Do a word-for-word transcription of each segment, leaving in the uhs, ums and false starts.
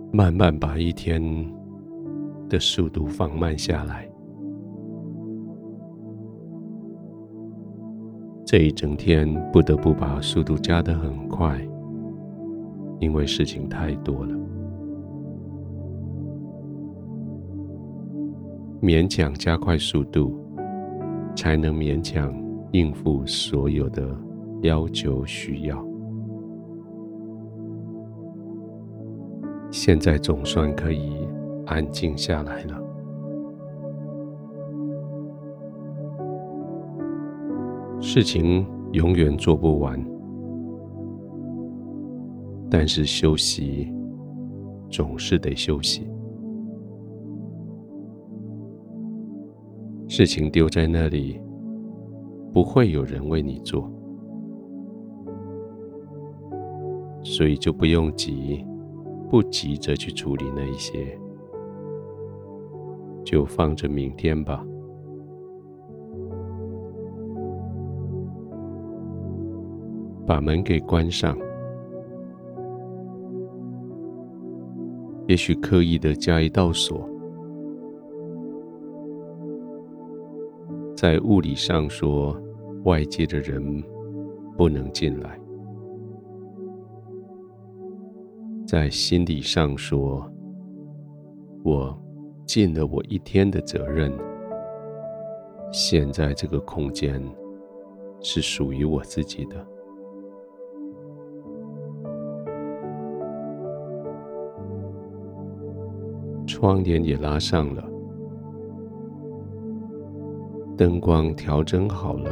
慢慢把一天的速度放慢下来。这一整天不得不把速度加得很快，因为事情太多了。勉强加快速度，才能勉强应付所有的要求需要。现在总算可以安静下来了。事情永远做不完，但是休息总是得休息。事情丢在那里，不会有人为你做，所以就不用急，不急着去处理那一些，就放着明天吧。把门给关上，也许刻意的加一道锁。在物理上说，外界的人不能进来；在心理上说，我尽了我一天的责任，现在这个空间是属于我自己的。窗帘也拉上了，灯光调整好了，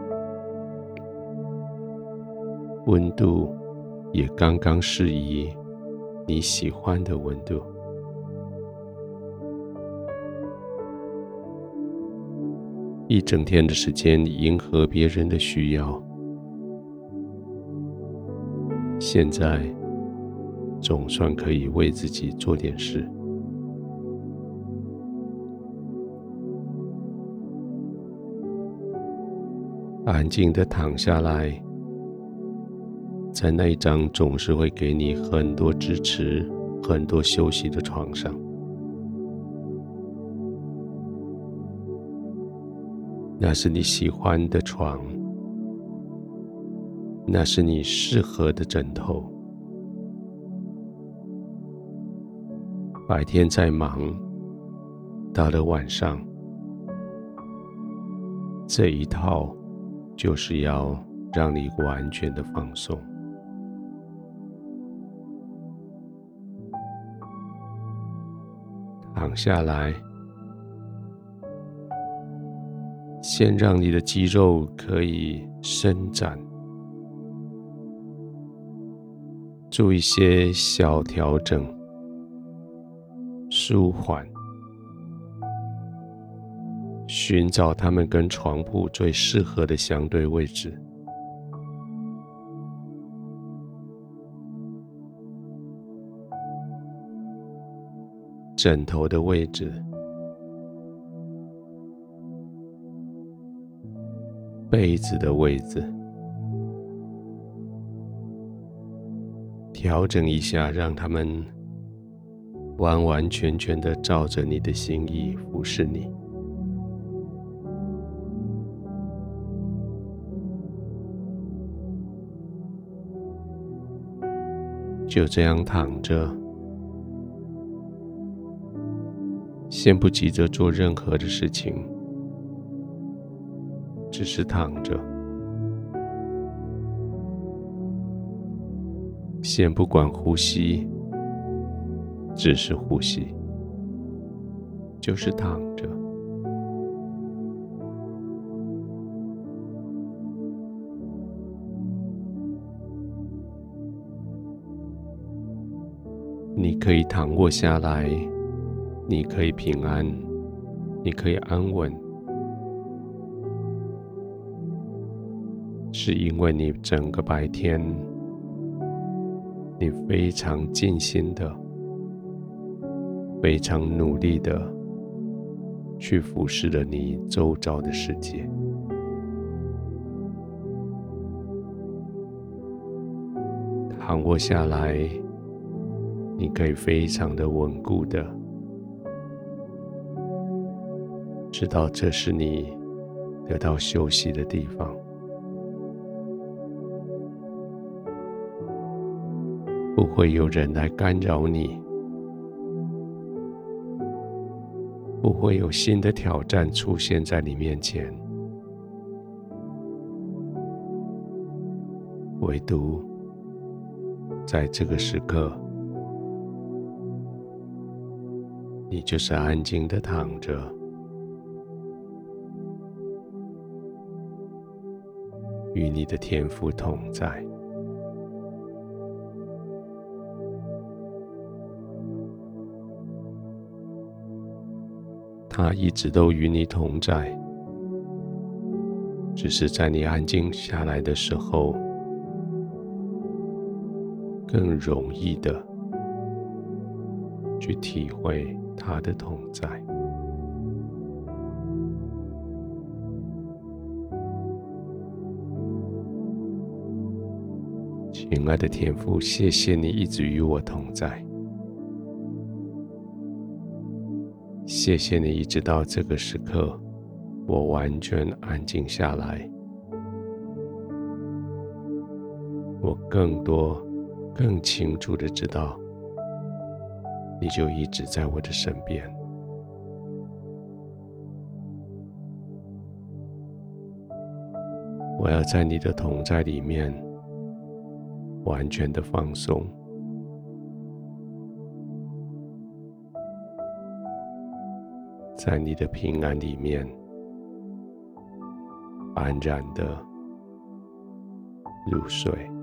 温度也刚刚适宜你喜欢的温度。一整天的时间迎合别人的需要，现在总算可以为自己做点事。安静地躺下来，在那一张总是会给你很多支持、很多休息的床上。那是你喜欢的床，那是你适合的枕头。白天再忙，到了晚上，这一套就是要让你完全的放松。躺下来，先让你的肌肉可以伸展，做一些小调整，舒缓，寻找它们跟床铺最适合的相对位置。枕头的位置，被子的位置，调整一下，让它们完完全全的照着你的心意服侍你。就这样躺着，先不急着做任何的事情，只是躺着，先不管呼吸，只是呼吸，就是躺着。你可以躺卧下来，你可以平安，你可以安稳，是因为你整个白天，你非常尽心的，非常努力的去俯视了你周遭的世界。躺卧下来， 你可以非常的稳固的知道这是你得到休息的地方，不会有人来干扰你，不会有新的挑战出现在你面前，唯独在这个时刻，你就是安静的躺着，与你的天父同在。他一直都与你同在，只是在你安静下来的时候，更容易的去体会他的同在。亲爱的天父，谢谢你一直与我同在，谢谢你一直到这个时刻，我完全安静下来，我更多更清楚的知道，你就一直在我的身边。我要在你的同在里面完全的放松，在你的平安里面安然的入睡。